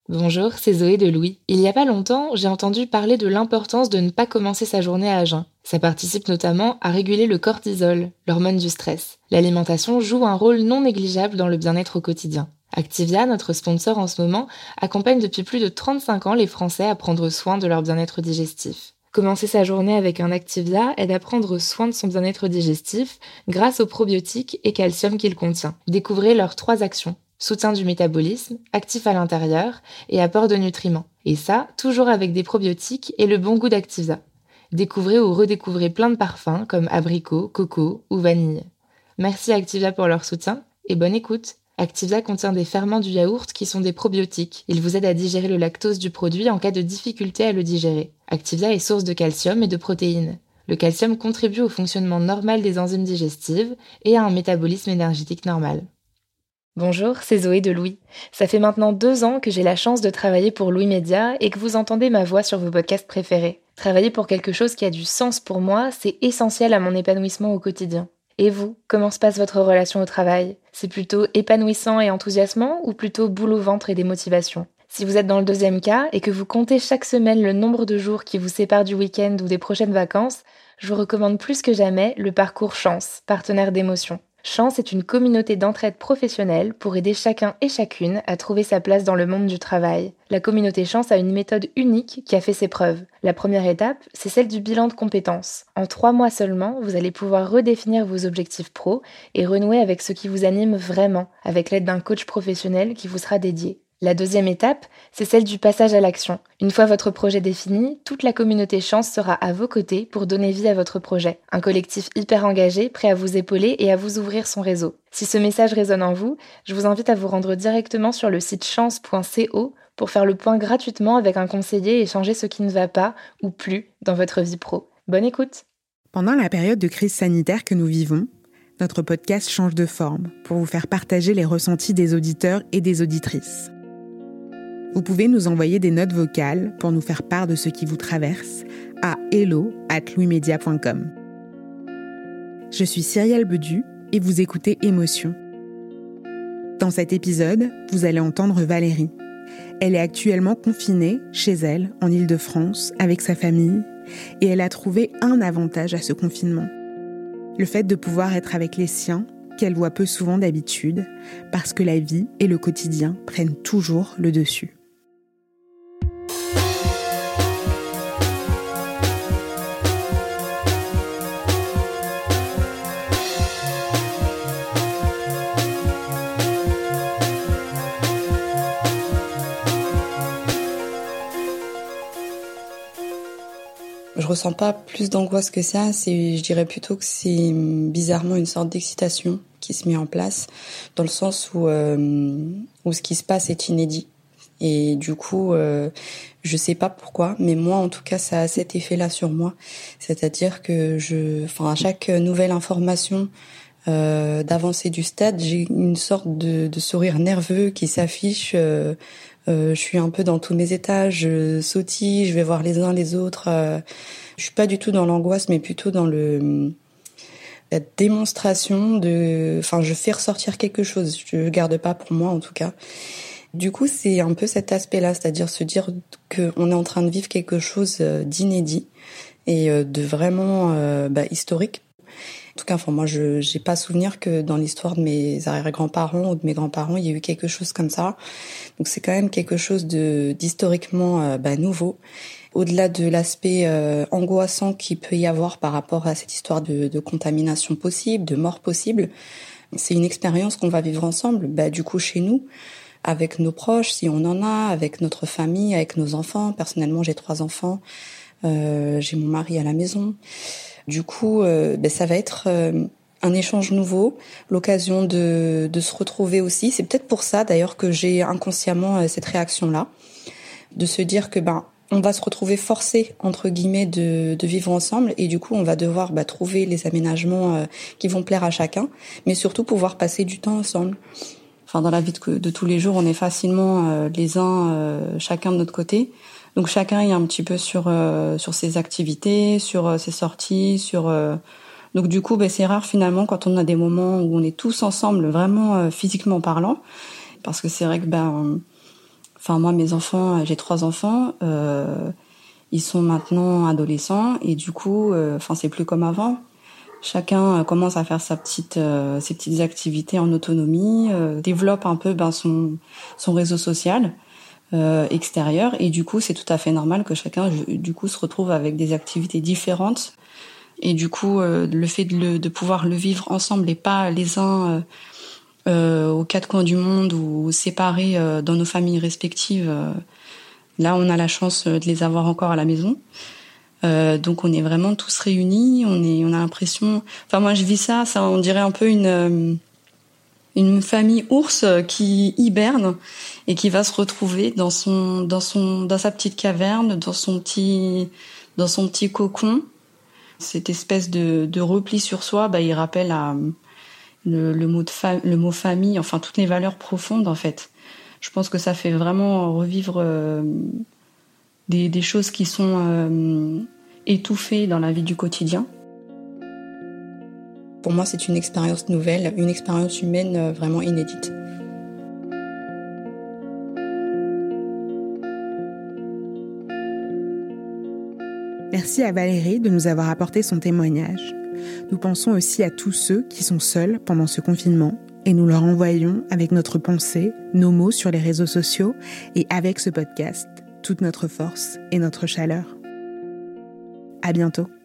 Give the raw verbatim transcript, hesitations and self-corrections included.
Bonjour, c'est Zoé de Louis. Il y a pas longtemps, j'ai entendu parler de l'importance de ne pas commencer sa journée à jeun. Ça participe notamment à réguler le cortisol, l'hormone du stress. L'alimentation joue un rôle non négligeable dans le bien-être au quotidien. Activia, notre sponsor en ce moment, accompagne depuis plus de trente-cinq ans les Français à prendre soin de leur bien-être digestif. Commencer sa journée avec un Activia aide à prendre soin de son bien-être digestif grâce aux probiotiques et calcium qu'il contient. Découvrez leurs trois actions. Soutien du métabolisme, actif à l'intérieur et apport de nutriments. Et ça, toujours avec des probiotiques et le bon goût d'Activia. Découvrez ou redécouvrez plein de parfums comme abricot, coco ou vanille. Merci Activia pour leur soutien et bonne écoute. Activia contient des ferments du yaourt qui sont des probiotiques. Ils vous aident à digérer le lactose du produit en cas de difficulté à le digérer. Activia est source de calcium et de protéines. Le calcium contribue au fonctionnement normal des enzymes digestives et à un métabolisme énergétique normal. Bonjour, c'est Zoé de Louis. Ça fait maintenant deux ans que j'ai la chance de travailler pour Louis Média et que vous entendez ma voix sur vos podcasts préférés. Travailler pour quelque chose qui a du sens pour moi, c'est essentiel à mon épanouissement au quotidien. Et vous, comment se passe votre relation au travail ? C'est plutôt épanouissant et enthousiasmant ou plutôt boule au ventre et démotivation ? Si vous êtes dans le deuxième cas et que vous comptez chaque semaine le nombre de jours qui vous séparent du week-end ou des prochaines vacances, je vous recommande plus que jamais le parcours Chance, partenaire d'émotion. Chance est une communauté d'entraide professionnelle pour aider chacun et chacune à trouver sa place dans le monde du travail. La communauté Chance a une méthode unique qui a fait ses preuves. La première étape, c'est celle du bilan de compétences. En trois mois seulement, vous allez pouvoir redéfinir vos objectifs pro et renouer avec ce qui vous anime vraiment, avec l'aide d'un coach professionnel qui vous sera dédié. La deuxième étape, c'est celle du passage à l'action. Une fois votre projet défini, toute la communauté Chance sera à vos côtés pour donner vie à votre projet. Un collectif hyper engagé, prêt à vous épauler et à vous ouvrir son réseau. Si ce message résonne en vous, je vous invite à vous rendre directement sur le site chance point co pour faire le point gratuitement avec un conseiller et changer ce qui ne va pas ou plus dans votre vie pro. Bonne écoute! Pendant la période de crise sanitaire que nous vivons, notre podcast change de forme pour vous faire partager les ressentis des auditeurs et des auditrices. Vous pouvez nous envoyer des notes vocales pour nous faire part de ce qui vous traverse à hello arobase louis media point com. Je suis Cyrielle Bedu et vous écoutez Émotion. Dans cet épisode, vous allez entendre Valérie. Elle est actuellement confinée chez elle, en Île-de-France, avec sa famille, et elle a trouvé un avantage à ce confinement. Le fait de pouvoir être avec les siens, qu'elle voit peu souvent d'habitude, parce que la vie et le quotidien prennent toujours le dessus. Je ressens pas plus d'angoisse que ça, c'est, je dirais plutôt que c'est bizarrement une sorte d'excitation qui se met en place, dans le sens où, euh, où ce qui se passe est inédit. Et du coup, euh, je sais pas pourquoi, mais moi en tout cas ça a cet effet-là sur moi. C'est-à-dire que je, enfin à chaque nouvelle information euh, d'avancée du stade, j'ai une sorte de, de sourire nerveux qui s'affiche. Euh, Euh, je suis un peu dans tous mes états, je sautille, je vais voir les uns les autres. Euh, je suis pas du tout dans l'angoisse, mais plutôt dans le la démonstration de. Enfin, je fais ressortir quelque chose. Je le garde pas pour moi en tout cas. Du coup, c'est un peu cet aspect-là, c'est-à-dire se dire que on est en train de vivre quelque chose d'inédit et de vraiment euh, bah, historique. En tout cas, enfin, moi, je j'ai pas souvenir que dans l'histoire de mes arrière-grands-parents ou de mes grands-parents, il y a eu quelque chose comme ça. Donc, c'est quand même quelque chose de d'historiquement euh, bah, nouveau. Au-delà de l'aspect euh, angoissant qu'il peut y avoir par rapport à cette histoire de, de contamination possible, de mort possible, c'est une expérience qu'on va vivre ensemble, bah, du coup, chez nous, avec nos proches, si on en a, avec notre famille, avec nos enfants. Personnellement, j'ai trois enfants. Euh, j'ai mon mari à la maison. Du coup, euh, ben, ça va être euh, un échange nouveau, l'occasion de, de se retrouver aussi. C'est peut-être pour ça, d'ailleurs, que j'ai inconsciemment euh, cette réaction-là, de se dire que ben on va se retrouver forcé entre guillemets de, de vivre ensemble, et du coup, on va devoir bah, trouver les aménagements euh, qui vont plaire à chacun, mais surtout pouvoir passer du temps ensemble. Enfin, dans la vie de, de tous les jours, on est facilement euh, les uns, euh, chacun de notre côté. Donc chacun est un petit peu sur euh, sur ses activités, sur euh, ses sorties, sur euh... donc du coup ben c'est rare finalement quand on a des moments où on est tous ensemble vraiment euh, physiquement parlant, parce que c'est vrai que ben Enfin, moi, mes enfants, j'ai trois enfants, euh, ils sont maintenant adolescents et du coup, euh, enfin, c'est plus comme avant. Chacun commence à faire sa petite, euh, ses petites activités en autonomie, euh, développe un peu ben, son, son réseau social euh, extérieur et du coup, c'est tout à fait normal que chacun, du coup, se retrouve avec des activités différentes. Et du coup, euh, le fait de, le, de pouvoir le vivre ensemble et pas les uns euh, euh, aux quatre coins du monde ou séparés euh, dans nos familles respectives. Euh, là, on a la chance de les avoir encore à la maison. Euh, donc, on est vraiment tous réunis. On est, on a l'impression. Enfin, moi, je vis ça. Ça, on dirait un peu une une famille ours qui hiberne et qui va se retrouver dans son, dans son, dans sa petite caverne, dans son petit, dans son petit cocon. Cette espèce de, de repli sur soi, bah, il rappelle à Le, le mot de fa- le mot famille, enfin toutes les valeurs profondes en fait. Je pense que ça fait vraiment revivre euh, des, des choses qui sont euh, étouffées dans la vie du quotidien. Pour moi, c'est une expérience nouvelle, une expérience humaine euh, vraiment inédite. Merci à Valérie de nous avoir apporté son témoignage. Nous pensons aussi à tous ceux qui sont seuls pendant ce confinement et nous leur envoyons avec notre pensée, nos mots sur les réseaux sociaux et avec ce podcast, toute notre force et notre chaleur. À bientôt.